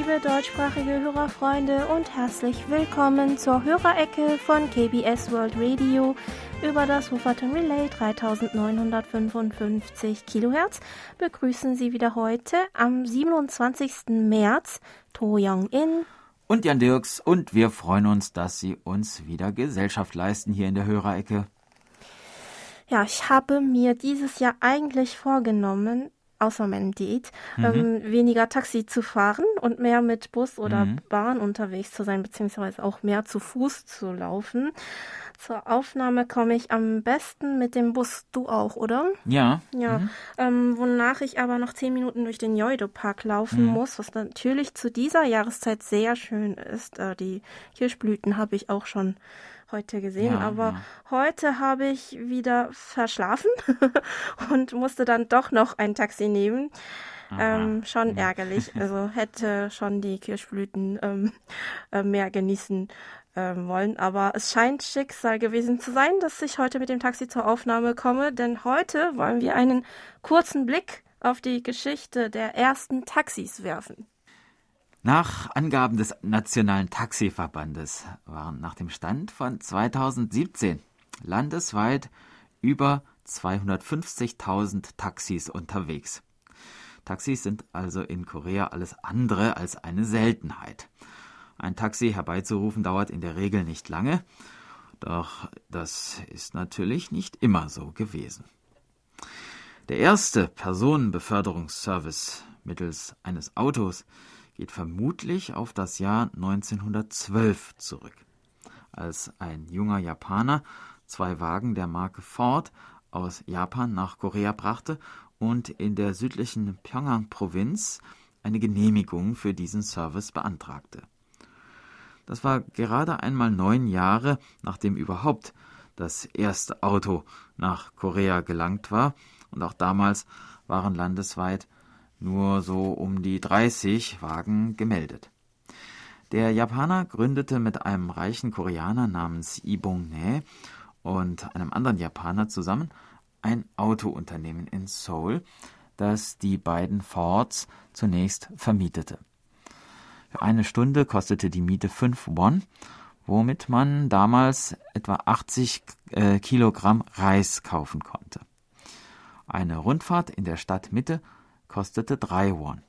liebe deutschsprachige Hörerfreunde und herzlich willkommen zur Hörerecke von KBS World Radio über das Wufferton Relay 3955 Kilohertz. Begrüßen Sie wieder heute am 27. März To Young-in und Jan Dirks, und wir freuen uns, dass Sie uns wieder Gesellschaft leisten hier in der Hörerecke. Ja, ich habe mir dieses Jahr eigentlich vorgenommen, außer meinem Diät, weniger Taxi zu fahren und mehr mit Bus oder Bahn unterwegs zu sein, beziehungsweise auch mehr zu Fuß zu laufen. Zur Aufnahme komme ich am besten mit dem Bus. Du auch, oder? Ja. Ja, wonach ich aber noch 10 Minuten durch den Joido-Park laufen muss, was natürlich zu dieser Jahreszeit sehr schön ist. Die Kirschblüten habe ich auch schon heute gesehen, aber heute habe ich wieder verschlafen und musste dann doch noch ein Taxi nehmen. Schon ärgerlich, also hätte schon die Kirschblüten mehr genießen wollen, aber es scheint Schicksal gewesen zu sein, dass ich heute mit dem Taxi zur Aufnahme komme, denn heute wollen wir einen kurzen Blick auf die Geschichte der ersten Taxis werfen. Nach Angaben des Nationalen Taxiverbandes waren nach dem Stand von 2017 landesweit über 250.000 Taxis unterwegs. Taxis sind also in Korea alles andere als eine Seltenheit. Ein Taxi herbeizurufen dauert in der Regel nicht lange, doch das ist natürlich nicht immer so gewesen. Der erste Personenbeförderungsservice mittels eines Autos geht vermutlich auf das Jahr 1912 zurück, als ein junger Japaner 2 Wagen der Marke Ford aus Japan nach Korea brachte und in der südlichen Pjöngjang-Provinz eine Genehmigung für diesen Service beantragte. Das war gerade einmal 9 Jahre, nachdem überhaupt das erste Auto nach Korea gelangt war, und auch damals waren landesweit nur so um die 30 Wagen gemeldet. Der Japaner gründete mit einem reichen Koreaner namens Lee Bong-nae und einem anderen Japaner zusammen ein Autounternehmen in Seoul, das die beiden Fords zunächst vermietete. Für 1 Stunde kostete die Miete 5 Won, womit man damals etwa 80 Kilogramm Reis kaufen konnte. Eine Rundfahrt in der Stadtmitte kostete 3 Won.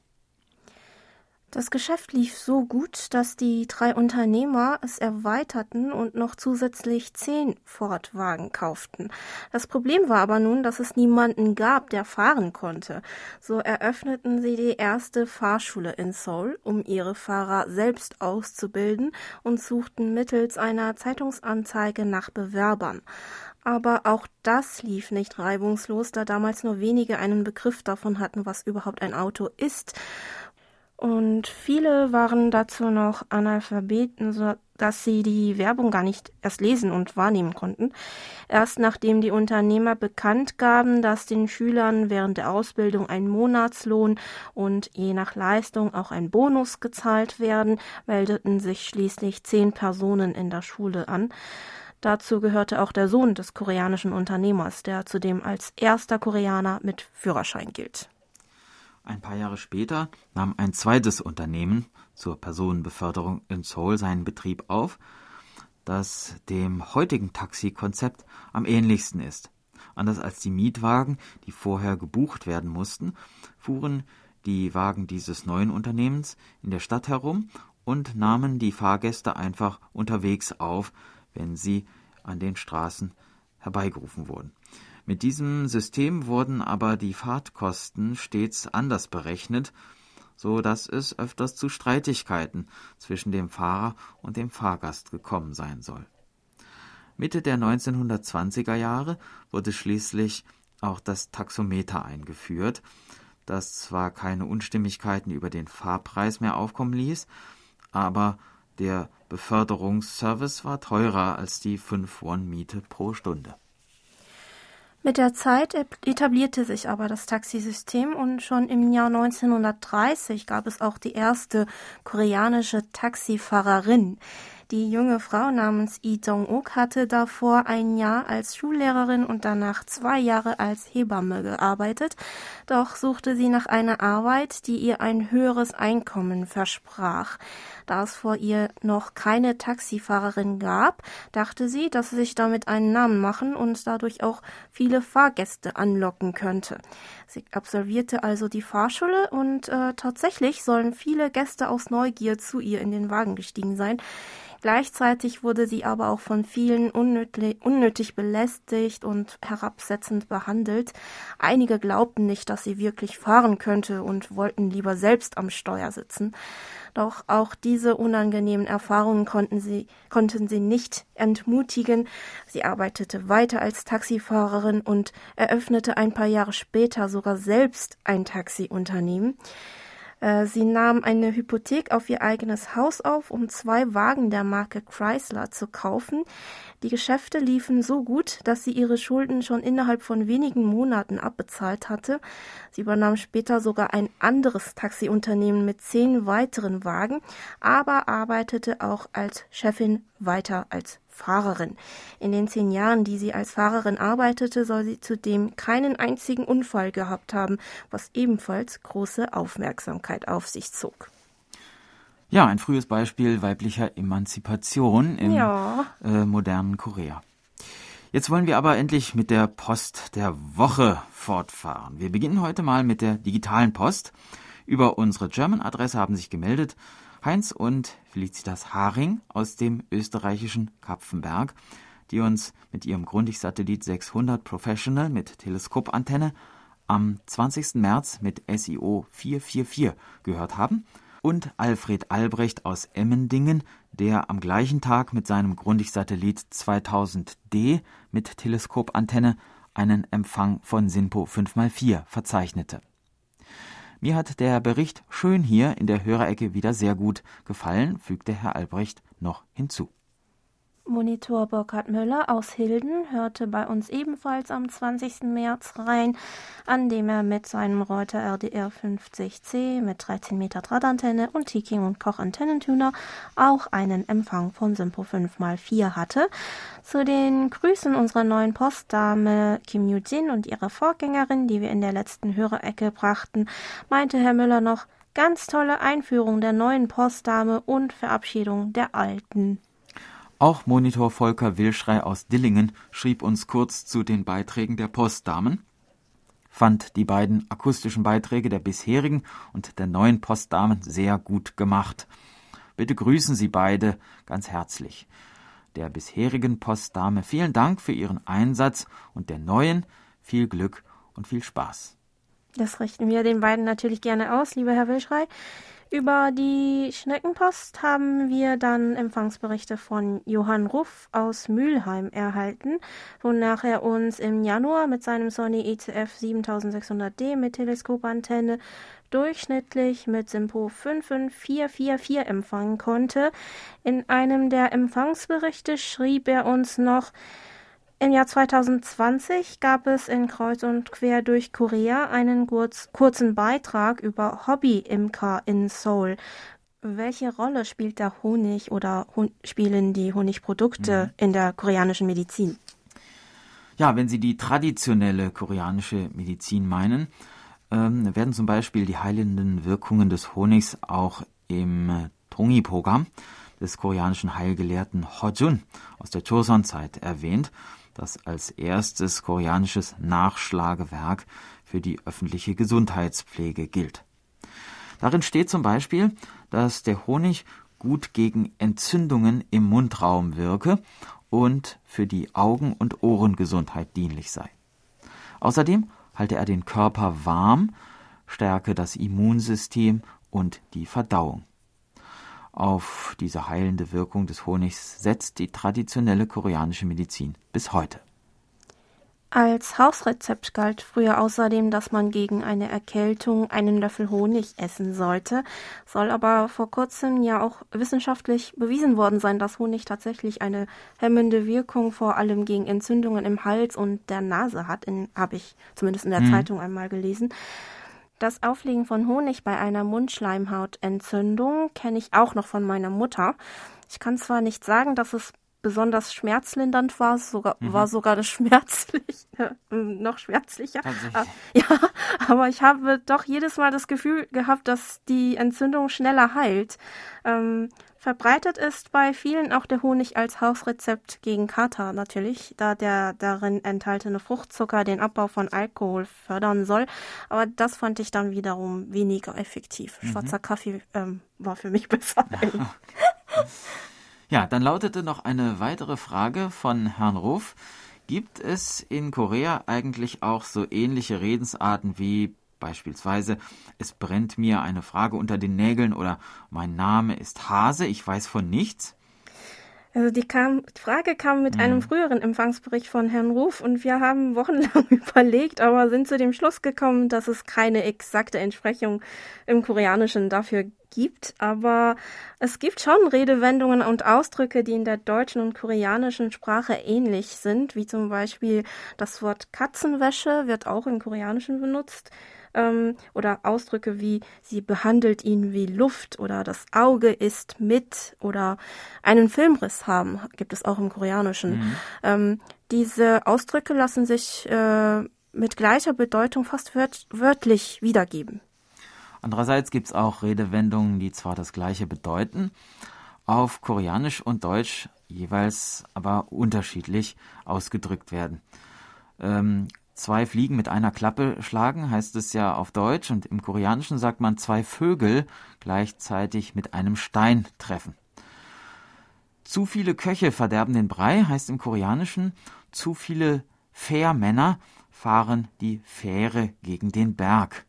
Das Geschäft lief so gut, dass die 3 Unternehmer es erweiterten und noch zusätzlich 10 Ford-Wagen kauften. Das Problem war aber nun, dass es niemanden gab, der fahren konnte. So eröffneten sie die erste Fahrschule in Seoul, um ihre Fahrer selbst auszubilden, und suchten mittels einer Zeitungsanzeige nach Bewerbern. Aber auch das lief nicht reibungslos, da damals nur wenige einen Begriff davon hatten, was überhaupt ein Auto ist. Und viele waren dazu noch Analphabeten, sodass sie die Werbung gar nicht erst lesen und wahrnehmen konnten. Erst nachdem die Unternehmer bekannt gaben, dass den Schülern während der Ausbildung ein Monatslohn und je nach Leistung auch ein Bonus gezahlt werden, meldeten sich schließlich 10 Personen in der Schule an. Dazu gehörte auch der Sohn des koreanischen Unternehmers, der zudem als erster Koreaner mit Führerschein gilt. Ein paar Jahre später nahm ein zweites Unternehmen zur Personenbeförderung in Seoul seinen Betrieb auf, das dem heutigen Taxikonzept am ähnlichsten ist. Anders als die Mietwagen, die vorher gebucht werden mussten, fuhren die Wagen dieses neuen Unternehmens in der Stadt herum und nahmen die Fahrgäste einfach unterwegs auf, wenn sie an den Straßen herbeigerufen wurden. Mit diesem System wurden aber die Fahrtkosten stets anders berechnet, so dass es öfters zu Streitigkeiten zwischen dem Fahrer und dem Fahrgast gekommen sein soll. Mitte der 1920er Jahre wurde schließlich auch das Taxometer eingeführt, das zwar keine Unstimmigkeiten über den Fahrpreis mehr aufkommen ließ, aber der Beförderungsservice war teurer als die 5 Won Miete pro Stunde. Mit der Zeit etablierte sich aber das Taxisystem und schon im Jahr 1930 gab es auch die erste koreanische Taxifahrerin. Die junge Frau namens Lee Dong-uk hatte davor ein Jahr als Schullehrerin und danach 2 Jahre als Hebamme gearbeitet. Doch suchte sie nach einer Arbeit, die ihr ein höheres Einkommen versprach. Da es vor ihr noch keine Taxifahrerin gab, dachte sie, dass sie sich damit einen Namen machen und dadurch auch viele Fahrgäste anlocken könnte. Sie absolvierte also die Fahrschule und tatsächlich sollen viele Gäste aus Neugier zu ihr in den Wagen gestiegen sein. Gleichzeitig wurde sie aber auch von vielen unnötig belästigt und herabsetzend behandelt. Einige glaubten nicht, dass sie wirklich fahren könnte und wollten lieber selbst am Steuer sitzen. Doch auch diese unangenehmen Erfahrungen konnten sie nicht entmutigen. Sie arbeitete weiter als Taxifahrerin und eröffnete ein paar Jahre später sogar selbst ein Taxiunternehmen. Sie nahm eine Hypothek auf ihr eigenes Haus auf, um 2 Wagen der Marke Chrysler zu kaufen. Die Geschäfte liefen so gut, dass sie ihre Schulden schon innerhalb von wenigen Monaten abbezahlt hatte. Sie übernahm später sogar ein anderes Taxiunternehmen mit 10 weiteren Wagen, aber arbeitete auch als Chefin weiter als Fahrerin. In den 10 Jahren, die sie als Fahrerin arbeitete, soll sie zudem keinen einzigen Unfall gehabt haben, was ebenfalls große Aufmerksamkeit auf sich zog. Ja, ein frühes Beispiel weiblicher Emanzipation im modernen Korea. Jetzt wollen wir aber endlich mit der Post der Woche fortfahren. Wir beginnen heute mal mit der digitalen Post. Über unsere German-Adresse haben sich gemeldet Heinz und Felicitas Haring aus dem österreichischen Kapfenberg, die uns mit ihrem Grundig-Satellit 600 Professional mit Teleskopantenne am 20. März mit SIO 444 gehört haben, und Alfred Albrecht aus Emmendingen, der am gleichen Tag mit seinem Grundig-Satellit 2000D mit Teleskopantenne einen Empfang von SINPO 5x4 verzeichnete. Mir hat der Bericht schön hier in der Hörerecke wieder sehr gut gefallen, fügte Herr Albrecht noch hinzu. Monitor Burkhard Müller aus Hilden hörte bei uns ebenfalls am 20. März rein, an dem er mit seinem Reuter RDR 50C mit 13 Meter Drahtantenne und Tiking und Koch Antennentuner auch einen Empfang von SINPO 5x4 hatte. Zu den Grüßen unserer neuen Postdame Kim Yoo-jin und ihrer Vorgängerin, die wir in der letzten Hörerecke brachten, meinte Herr Müller noch: ganz tolle Einführung der neuen Postdame und Verabschiedung der alten. Auch Monitor Volker Wilschrei aus Dillingen schrieb uns kurz zu den Beiträgen der Postdamen, fand die beiden akustischen Beiträge der bisherigen und der neuen Postdamen sehr gut gemacht. Bitte grüßen Sie beide ganz herzlich. Der bisherigen Postdame vielen Dank für Ihren Einsatz und der neuen viel Glück und viel Spaß. Das richten wir den beiden natürlich gerne aus, lieber Herr Wilschrei. Über die Schneckenpost haben wir dann Empfangsberichte von Johann Ruff aus Mülheim erhalten, wonach er uns im Januar mit seinem Sony ECF 7600D mit Teleskopantenne durchschnittlich mit SINPO 55444 empfangen konnte. In einem der Empfangsberichte schrieb er uns noch: im Jahr 2020 gab es in Kreuz und Quer durch Korea einen kurzen Beitrag über Hobbyimker in Seoul. Welche Rolle spielt der Honig oder spielen die Honigprodukte in der koreanischen Medizin? Ja, wenn Sie die traditionelle koreanische Medizin meinen, werden zum Beispiel die heilenden Wirkungen des Honigs auch im Tongyi-Programm des koreanischen Heilgelehrten Ho-jun aus der Joseon-Zeit erwähnt, das als erstes koreanisches Nachschlagewerk für die öffentliche Gesundheitspflege gilt. Darin steht zum Beispiel, dass der Honig gut gegen Entzündungen im Mundraum wirke und für die Augen- und Ohrengesundheit dienlich sei. Außerdem halte er den Körper warm, stärke das Immunsystem und die Verdauung. Auf diese heilende Wirkung des Honigs setzt die traditionelle koreanische Medizin bis heute. Als Hausrezept galt früher außerdem, dass man gegen eine Erkältung einen Löffel Honig essen sollte. Soll aber vor kurzem ja auch wissenschaftlich bewiesen worden sein, dass Honig tatsächlich eine hemmende Wirkung vor allem gegen Entzündungen im Hals und der Nase hat. Habe ich zumindest in der Zeitung einmal gelesen. Das Auflegen von Honig bei einer Mundschleimhautentzündung kenne ich auch noch von meiner Mutter. Ich kann zwar nicht sagen, dass es besonders schmerzlindernd war, war sogar schmerzlich, noch schmerzlicher. Ja, aber ich habe doch jedes Mal das Gefühl gehabt, dass die Entzündung schneller heilt. Verbreitet ist bei vielen auch der Honig als Hausrezept gegen Kater natürlich, da der darin enthaltene Fruchtzucker den Abbau von Alkohol fördern soll. Aber das fand ich dann wiederum weniger effektiv. Schwarzer Kaffee war für mich besser. Ja, dann lautete noch eine weitere Frage von Herrn Ruf. Gibt es in Korea eigentlich auch so ähnliche Redensarten wie beispielsweise, es brennt mir eine Frage unter den Nägeln oder mein Name ist Hase, ich weiß von nichts? Also die Frage kam mit einem früheren Empfangsbericht von Herrn Ruf und wir haben wochenlang überlegt, aber sind zu dem Schluss gekommen, dass es keine exakte Entsprechung im Koreanischen dafür gibt. Aber es gibt schon Redewendungen und Ausdrücke, die in der deutschen und koreanischen Sprache ähnlich sind, wie zum Beispiel das Wort Katzenwäsche wird auch im Koreanischen benutzt. Oder Ausdrücke wie sie behandelt ihn wie Luft oder das Auge ist mit oder einen Filmriss haben, gibt es auch im Koreanischen. Diese Ausdrücke lassen sich mit gleicher Bedeutung fast wörtlich wiedergeben. Andererseits gibt es auch Redewendungen, die zwar das Gleiche bedeuten, auf Koreanisch und Deutsch jeweils aber unterschiedlich ausgedrückt werden. Zwei Fliegen mit einer Klappe schlagen, heißt es ja auf Deutsch, und im Koreanischen sagt man zwei Vögel gleichzeitig mit einem Stein treffen. Zu viele Köche verderben den Brei, heißt im Koreanischen, zu viele Fährmänner fahren die Fähre gegen den Berg.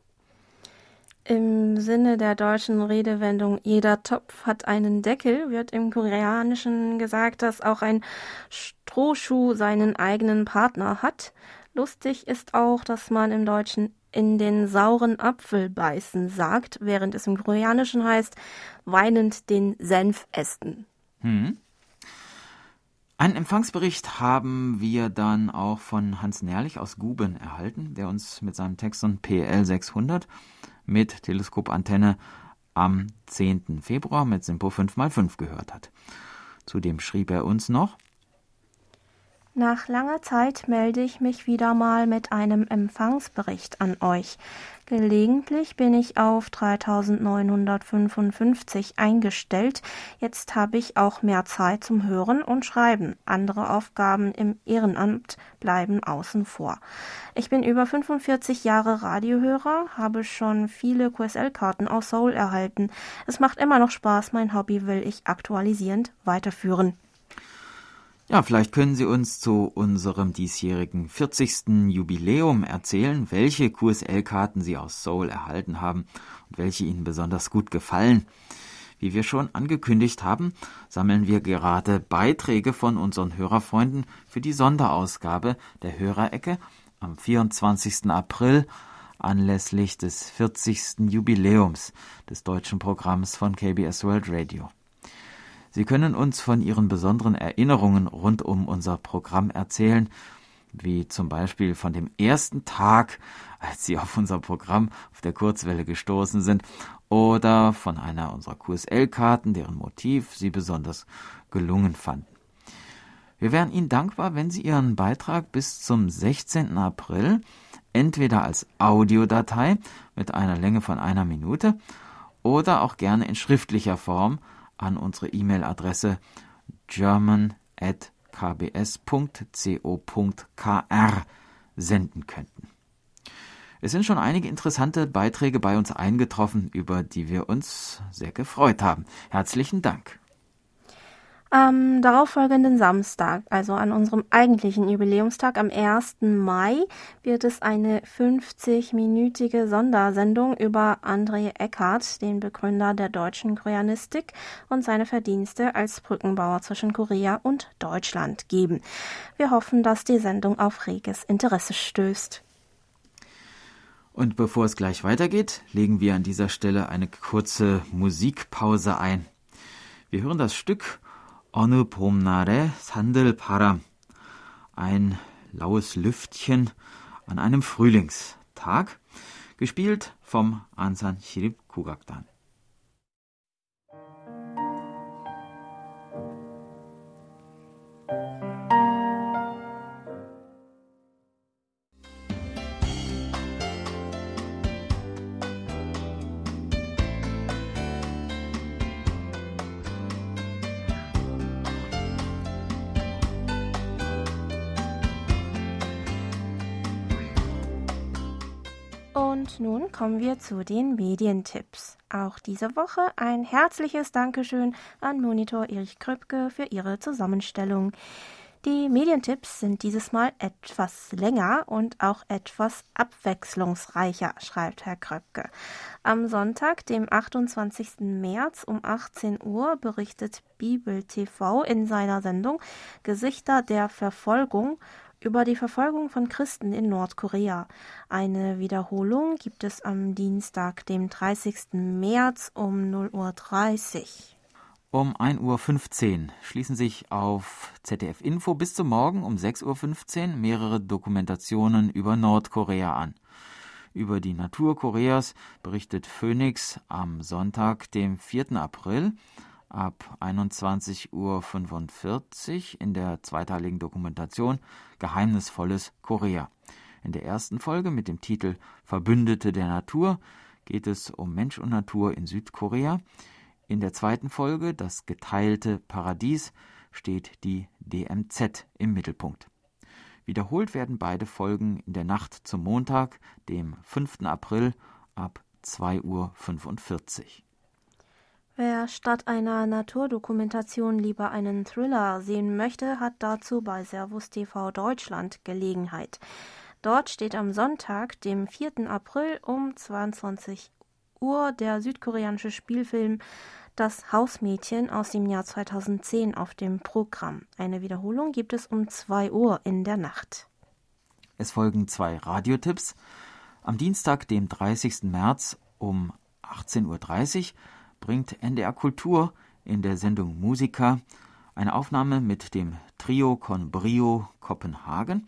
Im Sinne der deutschen Redewendung jeder Topf hat einen Deckel wird im Koreanischen gesagt, dass auch ein Strohschuh seinen eigenen Partner hat. Lustig ist auch, dass man im Deutschen in den sauren Apfel beißen sagt, während es im Koreanischen heißt, weinend den Senf essen. Einen Empfangsbericht haben wir dann auch von Hans Nährlich aus Guben erhalten, der uns mit seinem Texon PL 600 mit Teleskopantenne am 10. Februar mit Simpo 5x5 gehört hat. Zudem schrieb er uns noch: Nach langer Zeit melde ich mich wieder mal mit einem Empfangsbericht an euch. Gelegentlich bin ich auf 3955 eingestellt. Jetzt habe ich auch mehr Zeit zum Hören und Schreiben. Andere Aufgaben im Ehrenamt bleiben außen vor. Ich bin über 45 Jahre Radiohörer, habe schon viele QSL-Karten aus Seoul erhalten. Es macht immer noch Spaß, mein Hobby will ich aktualisierend weiterführen. Ja, vielleicht können Sie uns zu unserem diesjährigen 40. Jubiläum erzählen, welche QSL-Karten Sie aus Seoul erhalten haben und welche Ihnen besonders gut gefallen. Wie wir schon angekündigt haben, sammeln wir gerade Beiträge von unseren Hörerfreunden für die Sonderausgabe der Hörerecke am 24. April anlässlich des 40. Jubiläums des deutschen Programms von KBS World Radio. Sie können uns von Ihren besonderen Erinnerungen rund um unser Programm erzählen, wie zum Beispiel von dem ersten Tag, als Sie auf unser Programm auf der Kurzwelle gestoßen sind, oder von einer unserer QSL-Karten, deren Motiv Sie besonders gelungen fanden. Wir wären Ihnen dankbar, wenn Sie Ihren Beitrag bis zum 16. April entweder als Audiodatei mit einer Länge von 1 Minute oder auch gerne in schriftlicher Form an unsere E-Mail-Adresse german@kbs.co.kr senden könnten. Es sind schon einige interessante Beiträge bei uns eingetroffen, über die wir uns sehr gefreut haben. Herzlichen Dank. Am darauffolgenden Samstag, also an unserem eigentlichen Jubiläumstag am 1. Mai, wird es eine 50-minütige Sondersendung über André Eckart, den Begründer der deutschen Koreanistik, und seine Verdienste als Brückenbauer zwischen Korea und Deutschland geben. Wir hoffen, dass die Sendung auf reges Interesse stößt. Und bevor es gleich weitergeht, legen wir an dieser Stelle eine kurze Musikpause ein. Wir hören das Stück 어느 봄날에 산들바람, ein laues Lüftchen an einem Frühlingstag, gespielt vom Ansan Shirip Kugakdan. Und nun kommen wir zu den Medientipps. Auch diese Woche ein herzliches Dankeschön an Monitor Erich Kröpke für ihre Zusammenstellung. Die Medientipps sind dieses Mal etwas länger und auch etwas abwechslungsreicher, schreibt Herr Kröpke. Am Sonntag, dem 28. März um 18 Uhr berichtet Bibel TV in seiner Sendung Gesichter der Verfolgung über die Verfolgung von Christen in Nordkorea. Eine Wiederholung gibt es am Dienstag, dem 30. März um 0:30 Uhr. Um 1:15 Uhr schließen sich auf ZDF Info bis zum Morgen um 6:15 Uhr mehrere Dokumentationen über Nordkorea an. Über die Natur Koreas berichtet Phoenix am Sonntag, dem 4. April, ab 21:45 Uhr in der zweiteiligen Dokumentation Geheimnisvolles Korea. In der ersten Folge mit dem Titel Verbündete der Natur geht es um Mensch und Natur in Südkorea. In der zweiten Folge, das geteilte Paradies, steht die DMZ im Mittelpunkt. Wiederholt werden beide Folgen in der Nacht zum Montag, dem 5. April ab 2:45 Uhr. Wer statt einer Naturdokumentation lieber einen Thriller sehen möchte, hat dazu bei Servus TV Deutschland Gelegenheit. Dort steht am Sonntag, dem 4. April um 22 Uhr der südkoreanische Spielfilm Das Hausmädchen aus dem Jahr 2010 auf dem Programm. Eine Wiederholung gibt es um 2 Uhr in der Nacht. Es folgen 2 Radiotipps. Am Dienstag, dem 30. März um 18:30 Uhr bringt NDR Kultur in der Sendung Musica eine Aufnahme mit dem Trio con Brio Kopenhagen.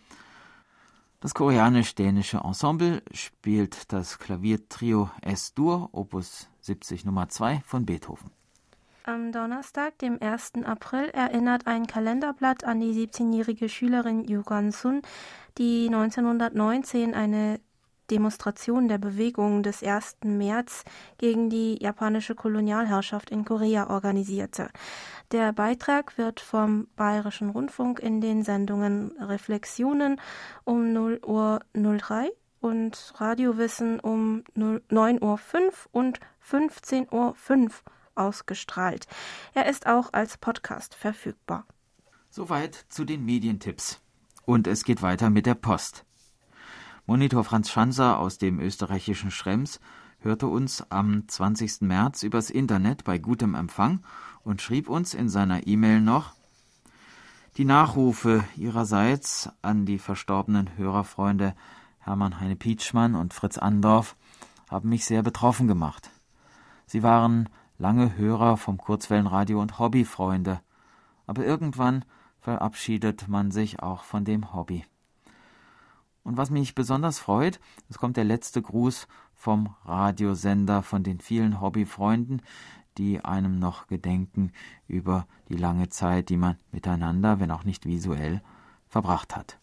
Das koreanisch-dänische Ensemble spielt das Klaviertrio S-Dur, Opus 70 Nummer 2 von Beethoven. Am Donnerstag, dem 1. April, erinnert ein Kalenderblatt an die 17-jährige Schülerin Yoo Gun-sun, die 1919 eine Demonstration der Bewegung des 1. März gegen die japanische Kolonialherrschaft in Korea organisierte. Der Beitrag wird vom Bayerischen Rundfunk in den Sendungen Reflexionen um 0:03 Uhr und Radiowissen um 9:05 Uhr und 15:05 Uhr ausgestrahlt. Er ist auch als Podcast verfügbar. Soweit zu den Medientipps. Und es geht weiter mit der Post. Monitor Franz Schanzer aus dem österreichischen Schrems hörte uns am 20. März übers Internet bei gutem Empfang und schrieb uns in seiner E-Mail noch: Die Nachrufe ihrerseits an die verstorbenen Hörerfreunde Hermann Heine Pietschmann und Fritz Andorf haben mich sehr betroffen gemacht. Sie waren lange Hörer vom Kurzwellenradio und Hobbyfreunde, aber irgendwann verabschiedet man sich auch von dem Hobby. Und was mich besonders freut, es kommt der letzte Gruß vom Radiosender von den vielen Hobbyfreunden, die einem noch gedenken über die lange Zeit, die man miteinander, wenn auch nicht visuell, verbracht hat.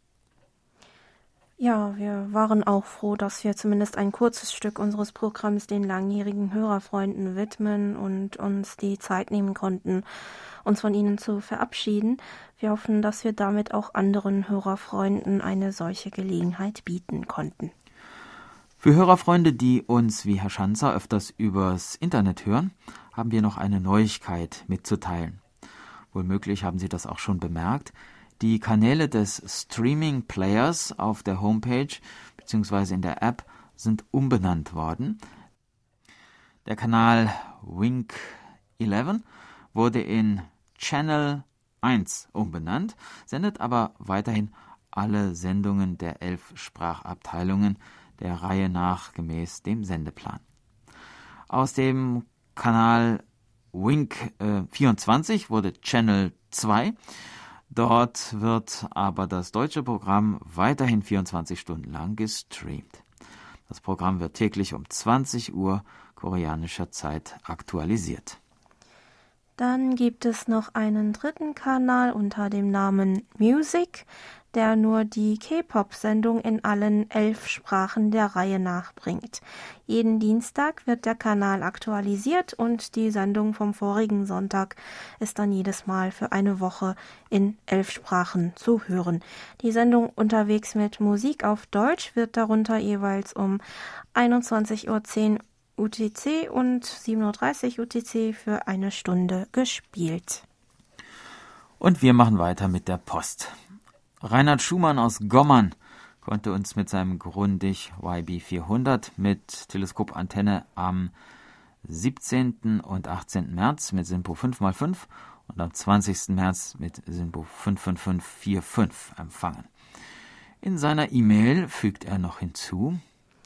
Ja, wir waren auch froh, dass wir zumindest ein kurzes Stück unseres Programms den langjährigen Hörerfreunden widmen und uns die Zeit nehmen konnten, uns von ihnen zu verabschieden. Wir hoffen, dass wir damit auch anderen Hörerfreunden eine solche Gelegenheit bieten konnten. Für Hörerfreunde, die uns wie Herr Schanzer öfters übers Internet hören, haben wir noch eine Neuigkeit mitzuteilen. Wohlmöglich haben Sie das auch schon bemerkt. Die Kanäle des Streaming-Players auf der Homepage bzw. in der App sind umbenannt worden. Der Kanal Wink 11 wurde in Channel 1 umbenannt, sendet aber weiterhin alle Sendungen der 11 Sprachabteilungen der Reihe nach gemäß dem Sendeplan. Aus dem Kanal Wink 24 wurde Channel 2. Dort wird aber das deutsche Programm weiterhin 24 Stunden lang gestreamt. Das Programm wird täglich um 20 Uhr koreanischer Zeit aktualisiert. Dann gibt es noch einen dritten Kanal unter dem Namen Music, der nur die K-Pop-Sendung in allen 11 Sprachen der Reihe nachbringt. Jeden Dienstag wird der Kanal aktualisiert und die Sendung vom vorigen Sonntag ist dann jedes Mal für eine Woche in 11 Sprachen zu hören. Die Sendung Unterwegs mit Musik auf Deutsch wird darunter jeweils um 21:10 Uhr UTC und 7:30 Uhr UTC für eine Stunde gespielt. Und wir machen weiter mit der Post. Reinhard Schumann aus Gommern konnte uns mit seinem Grundig YB400 mit Teleskopantenne am 17. und 18. März mit SINPO 5x5 und am 20. März mit SINPO 55545 empfangen. In seiner E-Mail fügt er noch hinzu: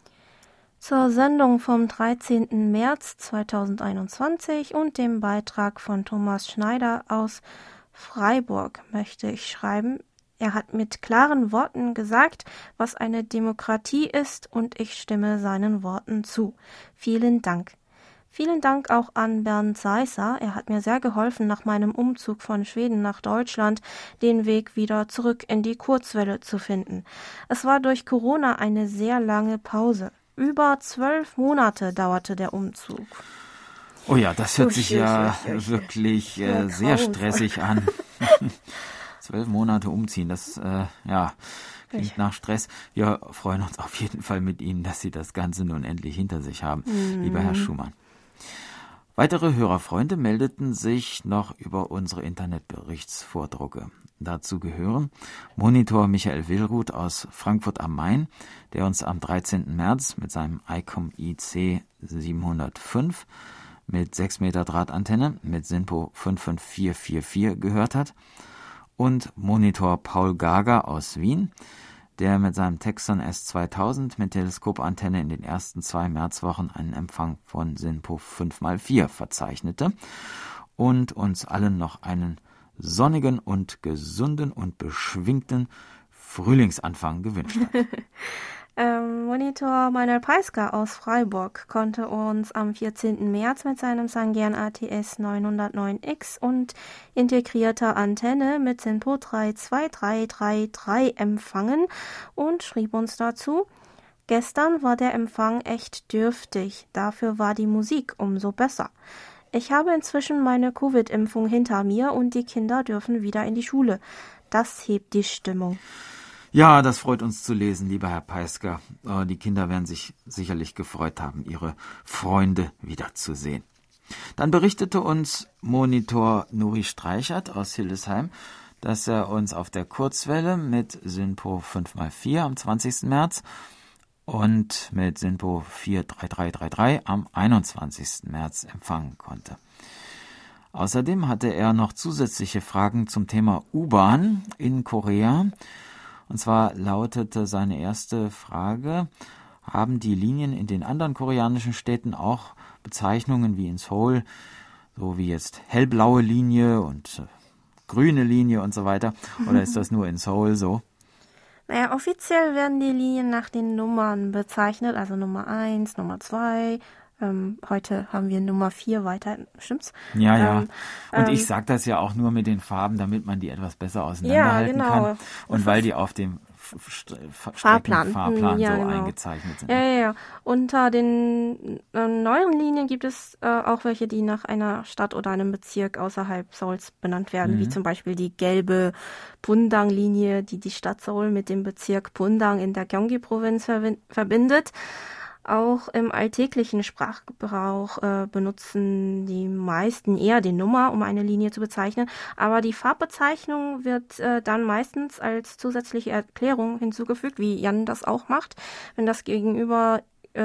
Zur Sendung vom 13. März 2021 und dem Beitrag von Thomas Schneider aus Freiburg möchte ich schreiben: Er hat mit klaren Worten gesagt, was eine Demokratie ist, und ich stimme seinen Worten zu. Vielen Dank. Vielen Dank auch an Bernd Seisser. Er hat mir sehr geholfen, nach meinem Umzug von Schweden nach Deutschland den Weg wieder zurück in die Kurzwelle zu finden. Es war durch Corona eine sehr lange Pause. Über 12 Monate dauerte der Umzug. Oh ja, das hört sich ja wirklich sehr stressig an. 12 Monate umziehen, das klingt nach Stress. Wir freuen uns auf jeden Fall mit Ihnen, dass Sie das Ganze nun endlich hinter sich haben, lieber Herr Schumann. Weitere Hörerfreunde meldeten sich noch über unsere Internetberichtsvordrucke. Dazu gehören Monitor Michael Willruth aus Frankfurt am Main, der uns am 13. März mit seinem ICOM IC 705 mit 6 Meter Drahtantenne mit SINPO 55444 gehört hat, und Monitor Paul Gager aus Wien, der mit seinem Texon S2000 mit Teleskopantenne in den ersten 2 Märzwochen einen Empfang von SINPO 5x4 verzeichnete und uns allen noch einen sonnigen und gesunden und beschwingten Frühlingsanfang gewünscht hat. Monitor Manuel Peisker aus Freiburg konnte uns am 14. März mit seinem Sangean ATS 909X und integrierter Antenne mit SINPO 32333 empfangen und schrieb uns dazu: Gestern war der Empfang echt dürftig, dafür war die Musik umso besser. Ich habe inzwischen meine Covid-Impfung hinter mir und die Kinder dürfen wieder in die Schule. Das hebt die Stimmung. Ja, das freut uns zu lesen, lieber Herr Peisker. Die Kinder werden sich sicherlich gefreut haben, ihre Freunde wiederzusehen. Dann berichtete uns Monitor Nuri Streichert aus Hildesheim, dass er uns auf der Kurzwelle mit SINPO 5x4 am 20. März und mit SINPO 43333 am 21. März empfangen konnte. Außerdem hatte er noch zusätzliche Fragen zum Thema U-Bahn in Korea. Und zwar lautete seine erste Frage: Haben die Linien in den anderen koreanischen Städten auch Bezeichnungen wie in Seoul, so wie jetzt hellblaue Linie und grüne Linie und so weiter? Oder ist das nur in Seoul so? Naja, offiziell werden die Linien nach den Nummern bezeichnet, also Nummer 1, Nummer 2. Heute haben wir Nummer 4 weiter, stimmt's? Ja. Und ich sage das ja auch nur mit den Farben, damit man die etwas besser auseinanderhalten kann. Und weil die auf dem Fahrplan eingezeichnet sind. Ja. Unter den neueren Linien gibt es auch welche, die nach einer Stadt oder einem Bezirk außerhalb Seouls benannt werden, wie zum Beispiel die gelbe Bundang-Linie, die die Stadt Seoul mit dem Bezirk Bundang in der Gyeonggi-Provinz verbindet. Auch im alltäglichen Sprachgebrauch benutzen die meisten eher die Nummer, um eine Linie zu bezeichnen. Aber die Farbbezeichnung wird dann meistens als zusätzliche Erklärung hinzugefügt, wie Jan das auch macht, wenn das Gegenüber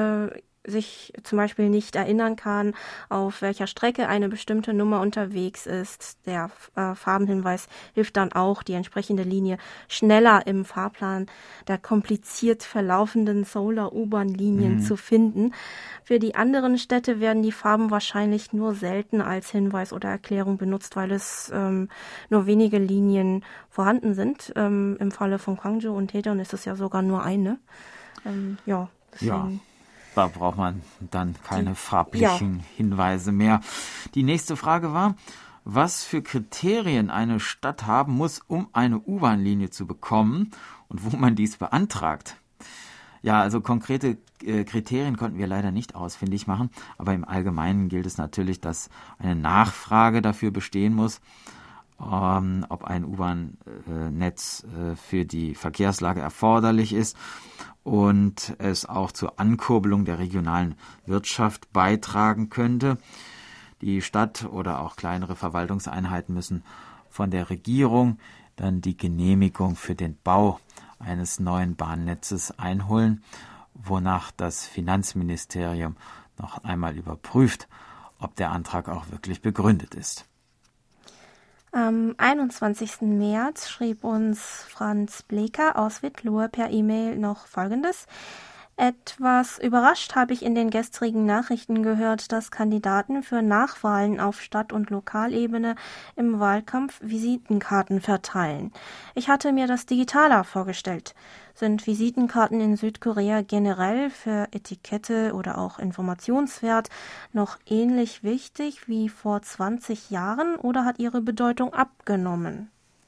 sich zum Beispiel nicht erinnern kann, auf welcher Strecke eine bestimmte Nummer unterwegs ist. Der Farbenhinweis hilft dann auch, die entsprechende Linie schneller im Fahrplan der kompliziert verlaufenden Seouler-U-Bahn-Linien zu finden. Für die anderen Städte werden die Farben wahrscheinlich nur selten als Hinweis oder Erklärung benutzt, weil es nur wenige Linien vorhanden sind. Im Falle von Gwangju und Daejeon ist es ja sogar nur eine. Deswegen da braucht man dann keine farblichen Hinweise mehr. Die nächste Frage war, was für Kriterien eine Stadt haben muss, um eine U-Bahn-Linie zu bekommen und wo man dies beantragt. Ja, also konkrete Kriterien konnten wir leider nicht ausfindig machen, aber im Allgemeinen gilt es natürlich, dass eine Nachfrage dafür bestehen muss, ob ein U-Bahn-Netz für die Verkehrslage erforderlich ist und es auch zur Ankurbelung der regionalen Wirtschaft beitragen könnte. Die Stadt oder auch kleinere Verwaltungseinheiten müssen von der Regierung dann die Genehmigung für den Bau eines neuen Bahnnetzes einholen, wonach das Finanzministerium noch einmal überprüft, ob der Antrag auch wirklich begründet ist. Am 21. März schrieb uns Franz Bleker aus Wittlohe per E-Mail noch Folgendes. Etwas überrascht habe ich in den gestrigen Nachrichten gehört, dass Kandidaten für Nachwahlen auf Stadt- und Lokalebene im Wahlkampf Visitenkarten verteilen. Ich hatte mir das digitaler vorgestellt. Sind Visitenkarten in Südkorea generell für Etikette oder auch Informationswert noch ähnlich wichtig wie vor 20 Jahren oder hat ihre Bedeutung abgenommen?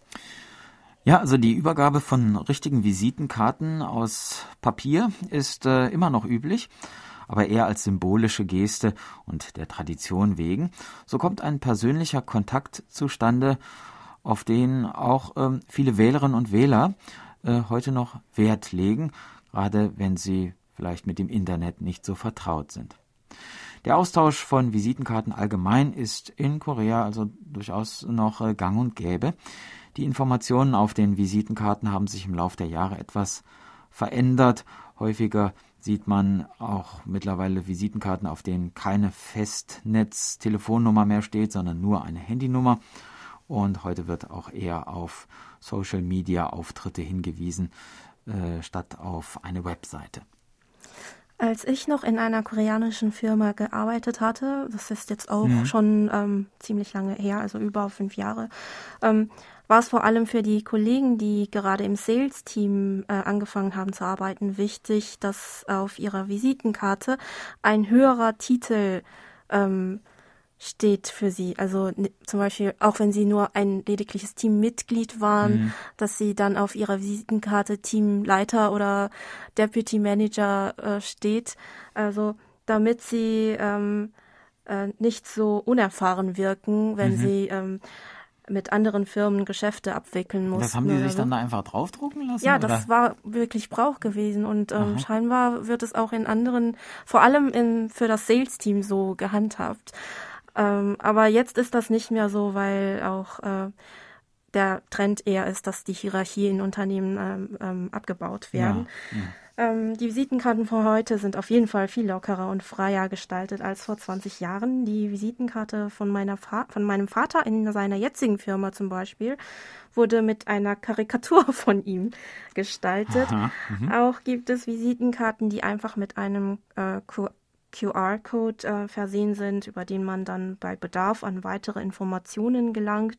Ja, also die Übergabe von richtigen Visitenkarten aus Papier ist immer noch üblich, aber eher als symbolische Geste und der Tradition wegen. So kommt ein persönlicher Kontakt zustande, auf den auch viele Wählerinnen und Wähler heute noch Wert legen, gerade wenn sie vielleicht mit dem Internet nicht so vertraut sind. Der Austausch von Visitenkarten allgemein ist in Korea also durchaus noch gang und gäbe. Die Informationen auf den Visitenkarten haben sich im Laufe der Jahre etwas verändert. Häufiger sieht man auch mittlerweile Visitenkarten, auf denen keine Festnetz-Telefonnummer mehr steht, sondern nur eine Handynummer. Und heute wird auch eher auf Social-Media-Auftritte hingewiesen, statt auf eine Webseite. Als ich noch in einer koreanischen Firma gearbeitet hatte, das ist jetzt auch schon ziemlich lange her, also über 5 Jahre, war es vor allem für die Kollegen, die gerade im Sales-Team angefangen haben zu arbeiten, wichtig, dass auf ihrer Visitenkarte ein höherer Titel steht für sie. Also zum Beispiel, auch wenn sie nur ein ledigliches Teammitglied waren, dass sie dann auf ihrer Visitenkarte Teamleiter oder Deputy Manager steht. Also damit sie nicht so unerfahren wirken, wenn sie mit anderen Firmen Geschäfte abwickeln mussten. Das haben die sich dann da einfach draufdrucken lassen? Ja, oder? Das war wirklich Brauch gewesen und scheinbar wird es auch in anderen, vor allem für das Sales-Team so gehandhabt. Aber jetzt ist das nicht mehr so, weil auch der Trend eher ist, dass die Hierarchie in Unternehmen abgebaut werden. Die Visitenkarten von heute sind auf jeden Fall viel lockerer und freier gestaltet als vor 20 Jahren. Die Visitenkarte von meinem Vater in seiner jetzigen Firma zum Beispiel wurde mit einer Karikatur von ihm gestaltet. Auch gibt es Visitenkarten, die einfach mit einem QR-Code versehen sind, über den man dann bei Bedarf an weitere Informationen gelangt.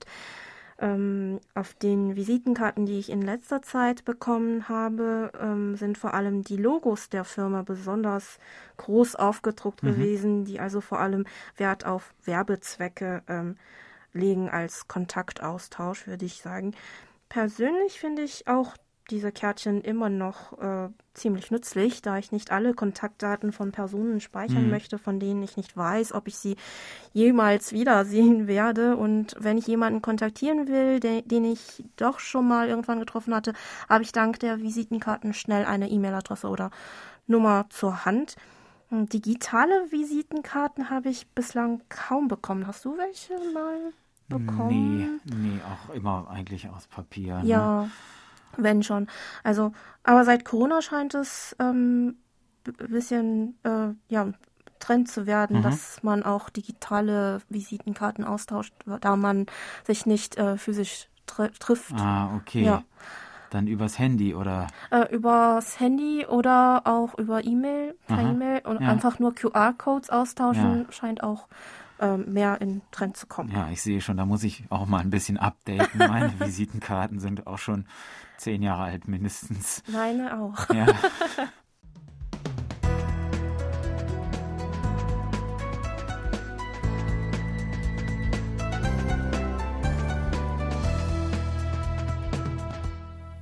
Auf den Visitenkarten, die ich in letzter Zeit bekommen habe, sind vor allem die Logos der Firma besonders groß aufgedruckt gewesen, die also vor allem Wert auf Werbezwecke legen als Kontaktaustausch, würde ich sagen. Persönlich finde ich auch diese Kärtchen immer noch ziemlich nützlich, da ich nicht alle Kontaktdaten von Personen speichern möchte, von denen ich nicht weiß, ob ich sie jemals wiedersehen werde. Und wenn ich jemanden kontaktieren will, den ich doch schon mal irgendwann getroffen hatte, habe ich dank der Visitenkarten schnell eine E-Mail-Adresse oder Nummer zur Hand. Digitale Visitenkarten habe ich bislang kaum bekommen. Hast du welche mal bekommen? Nee, auch immer eigentlich aus Papier. Ja. Ne? Wenn schon. Also, aber seit Corona scheint es ein bisschen Trend zu werden, dass man auch digitale Visitenkarten austauscht, da man sich nicht physisch trifft. Ah, okay. Ja. Dann übers Handy oder? Übers Handy oder auch über E-Mail, per E-Mail und einfach nur QR-Codes austauschen scheint auch mehr in Trend zu kommen. Ja, ich sehe schon, da muss ich auch mal ein bisschen updaten. Meine Visitenkarten sind auch schon 10 Jahre alt mindestens. Meine auch. Ja.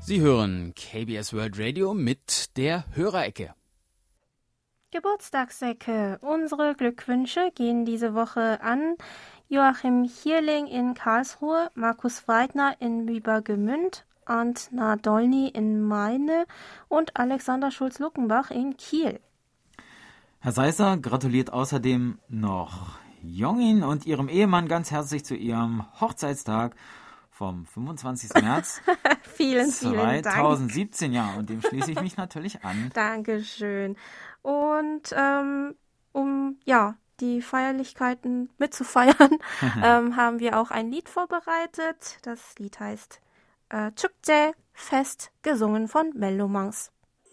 Sie hören KBS World Radio mit der Hörerecke. Geburtstagsecke. Unsere Glückwünsche gehen diese Woche an Joachim Hierling in Karlsruhe, Markus Weidner in Biebergemünd, Arndt Nadolny in Meine und Alexander Schulz-Luckenbach in Kiel. Herr Seisser gratuliert außerdem noch Jongin und ihrem Ehemann ganz herzlich zu ihrem Hochzeitstag vom 25. März vielen 2017. Dank. Ja, und dem schließe ich mich natürlich an. Dankeschön. Und um die Feierlichkeiten mitzufeiern, haben wir auch ein Lied vorbereitet. Das Lied heißt 축제, Fest, gesungen von Mellomangs.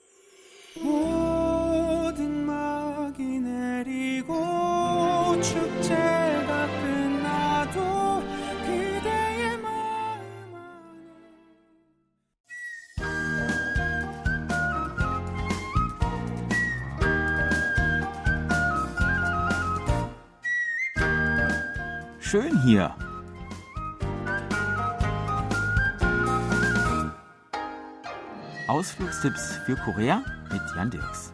모든 막이 내리고 축제가 끝나도 그대의 마음 Schön hier. Ausflugstipps für Korea mit Jan Dirks.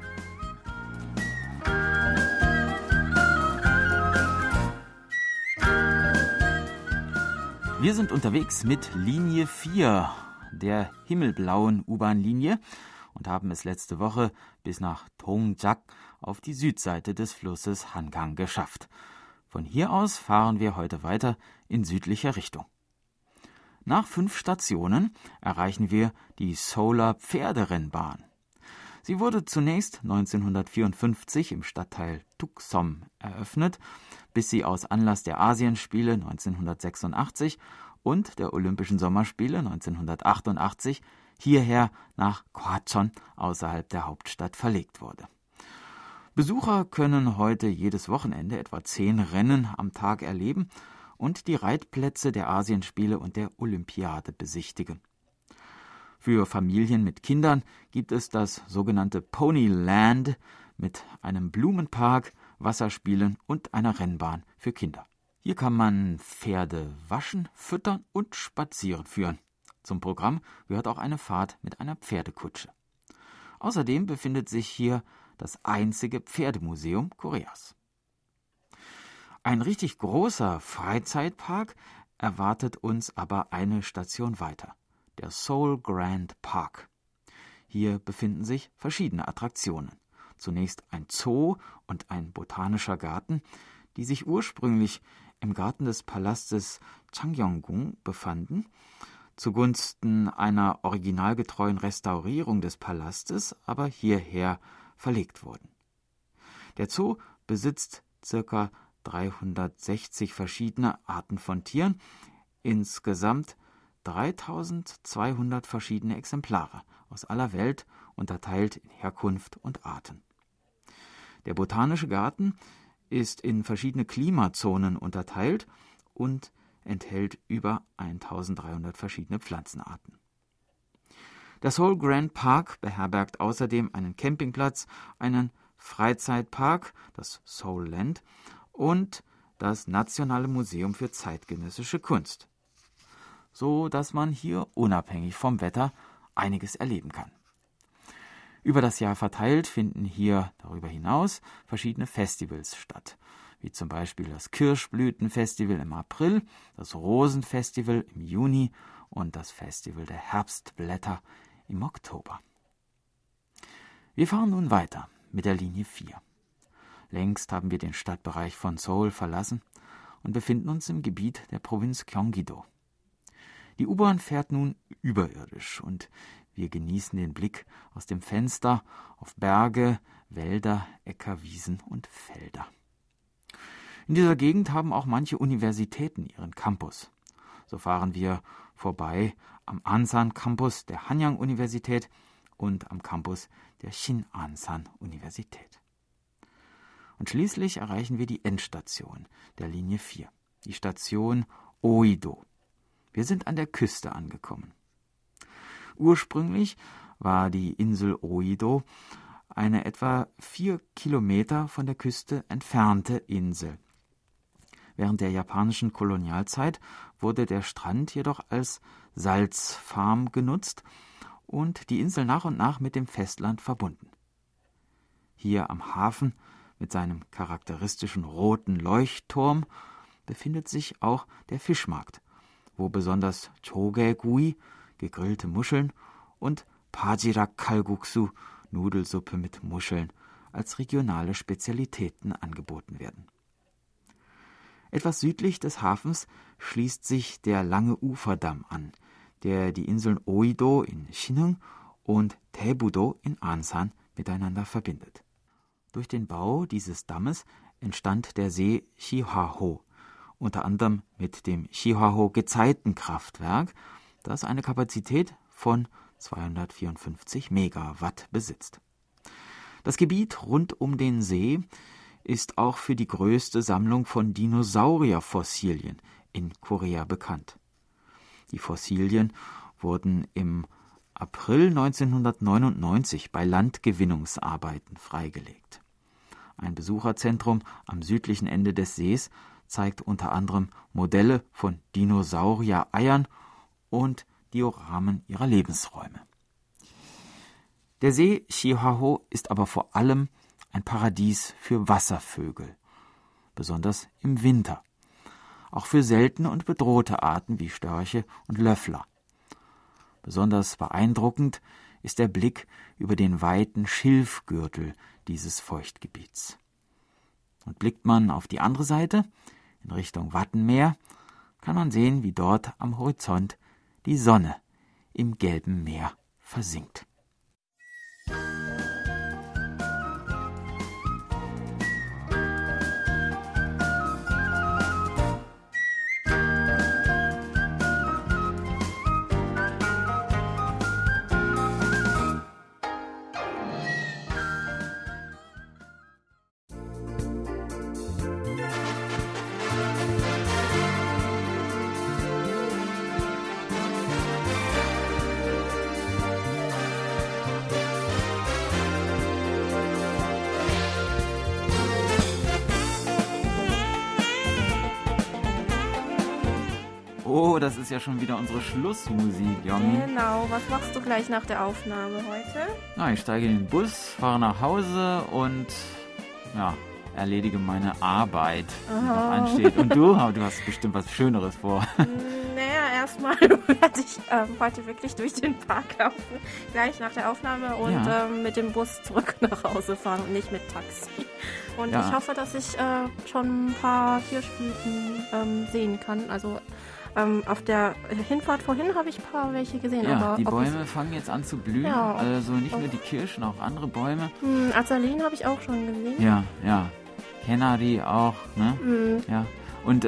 Wir sind unterwegs mit Linie 4, der himmelblauen U-Bahn-Linie, und haben es letzte Woche bis nach Dongjak auf die Südseite des Flusses Hangang geschafft. Von hier aus fahren wir heute weiter in südlicher Richtung. Nach 5 Stationen erreichen wir die Seouler Pferderennbahn. Sie wurde zunächst 1954 im Stadtteil Tuksom eröffnet, bis sie aus Anlass der Asienspiele 1986 und der Olympischen Sommerspiele 1988 hierher nach Gwacheon außerhalb der Hauptstadt verlegt wurde. Besucher können heute jedes Wochenende etwa 10 Rennen am Tag erleben und die Reitplätze der Asienspiele und der Olympiade besichtigen. Für Familien mit Kindern gibt es das sogenannte Ponyland mit einem Blumenpark, Wasserspielen und einer Rennbahn für Kinder. Hier kann man Pferde waschen, füttern und spazieren führen. Zum Programm gehört auch eine Fahrt mit einer Pferdekutsche. Außerdem befindet sich hier das einzige Pferdemuseum Koreas. Ein richtig großer Freizeitpark erwartet uns aber eine Station weiter, der Seoul Grand Park. Hier befinden sich verschiedene Attraktionen. Zunächst ein Zoo und ein botanischer Garten, die sich ursprünglich im Garten des Palastes Changgyeonggung befanden, zugunsten einer originalgetreuen Restaurierung des Palastes aber hierher verlegt wurden. Der Zoo besitzt ca. 360 verschiedene Arten von Tieren, insgesamt 3200 verschiedene Exemplare aus aller Welt, unterteilt in Herkunft und Arten. Der Botanische Garten ist in verschiedene Klimazonen unterteilt und enthält über 1300 verschiedene Pflanzenarten. Der Seoul Grand Park beherbergt außerdem einen Campingplatz, einen Freizeitpark, das Seoul Land, und das Nationale Museum für zeitgenössische Kunst, so dass man hier unabhängig vom Wetter einiges erleben kann. Über das Jahr verteilt finden hier darüber hinaus verschiedene Festivals statt, wie zum Beispiel das Kirschblütenfestival im April, das Rosenfestival im Juni und das Festival der Herbstblätter im Oktober. Wir fahren nun weiter mit der Linie 4. Längst haben wir den Stadtbereich von Seoul verlassen und befinden uns im Gebiet der Provinz Gyeonggi-do. Die U-Bahn fährt nun überirdisch und wir genießen den Blick aus dem Fenster auf Berge, Wälder, Äcker, Wiesen und Felder. In dieser Gegend haben auch manche Universitäten ihren Campus. So fahren wir vorbei am Ansan-Campus der Hanyang-Universität und am Campus der Shin-Ansan-Universität. Und schließlich erreichen wir die Endstation der Linie 4, die Station Oido. Wir sind an der Küste angekommen. Ursprünglich war die Insel Oido eine etwa 4 Kilometer von der Küste entfernte Insel. Während der japanischen Kolonialzeit wurde der Strand jedoch als Salzfarm genutzt und die Insel nach und nach mit dem Festland verbunden. Hier am Hafen mit seinem charakteristischen roten Leuchtturm befindet sich auch der Fischmarkt, wo besonders Jogegui, gegrillte Muscheln, und Bajirak Kalguksu, Nudelsuppe mit Muscheln, als regionale Spezialitäten angeboten werden. Etwas südlich des Hafens schließt sich der lange Uferdamm an, der die Inseln Oido in Sinŭng und Daebudo in Ansan miteinander verbindet. Durch den Bau dieses Dammes entstand der See Chihwaho, unter anderem mit dem Chihwaho-Gezeitenkraftwerk, das eine Kapazität von 254 Megawatt besitzt. Das Gebiet rund um den See ist auch für die größte Sammlung von Dinosaurierfossilien in Korea bekannt. Die Fossilien wurden im April 1999 bei Landgewinnungsarbeiten freigelegt. Ein Besucherzentrum am südlichen Ende des Sees zeigt unter anderem Modelle von Dinosaurier-Eiern und Dioramen ihrer Lebensräume. Der See Chihwaho ist aber vor allem ein Paradies für Wasservögel, besonders im Winter, auch für seltene und bedrohte Arten wie Störche und Löffler. Besonders beeindruckend ist der Blick über den weiten Schilfgürtel dieses Feuchtgebiets. Und blickt man auf die andere Seite, in Richtung Wattenmeer, kann man sehen, wie dort am Horizont die Sonne im gelben Meer versinkt. Oh, das ist ja schon wieder unsere Schlussmusik, Jongi. Genau, was machst du gleich nach der Aufnahme heute? Na, ich steige in den Bus, fahre nach Hause und ja, erledige meine Arbeit, die noch ansteht. Und du? Du hast bestimmt was Schöneres vor. Naja, erstmal werde ich heute wirklich durch den Park laufen, gleich nach der Aufnahme und mit dem Bus zurück nach Hause fahren und nicht mit Taxi. Und ich hoffe, dass ich schon ein paar Kirschblüten sehen kann. Also auf der Hinfahrt vorhin habe ich ein paar welche gesehen. Ja, aber die Bäume fangen jetzt an zu blühen. Ja, also nicht nur die Kirschen, auch andere Bäume. Azaleen habe ich auch schon gesehen. Ja. Kenari auch, ne? Ja. Und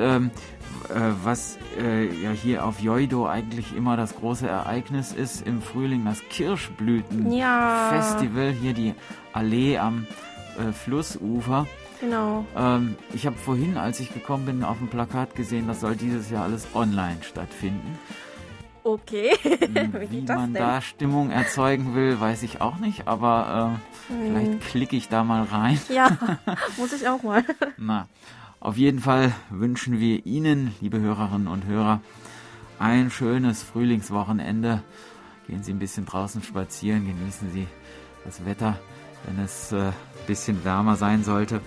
was ja hier auf Jeouido eigentlich immer das große Ereignis ist im Frühling, das Kirschblütenfestival, hier die Allee am Flussufer. Genau. Ich habe vorhin, als ich gekommen bin, auf dem Plakat gesehen, das soll dieses Jahr alles online stattfinden. Okay. Wie man da Stimmung erzeugen will, weiß ich auch nicht, aber vielleicht klicke ich da mal rein. Ja, muss ich auch mal. Na, auf jeden Fall wünschen wir Ihnen, liebe Hörerinnen und Hörer, ein schönes Frühlingswochenende. Gehen Sie ein bisschen draußen spazieren, genießen Sie das Wetter, wenn es ein bisschen wärmer sein sollte.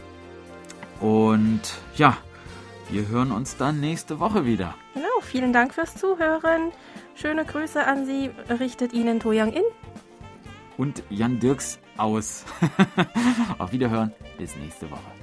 Und ja, wir hören uns dann nächste Woche wieder. Genau, vielen Dank fürs Zuhören. Schöne Grüße an Sie, richtet Ihnen To Young In. Und Jan Dirks aus. Auf Wiederhören, bis nächste Woche.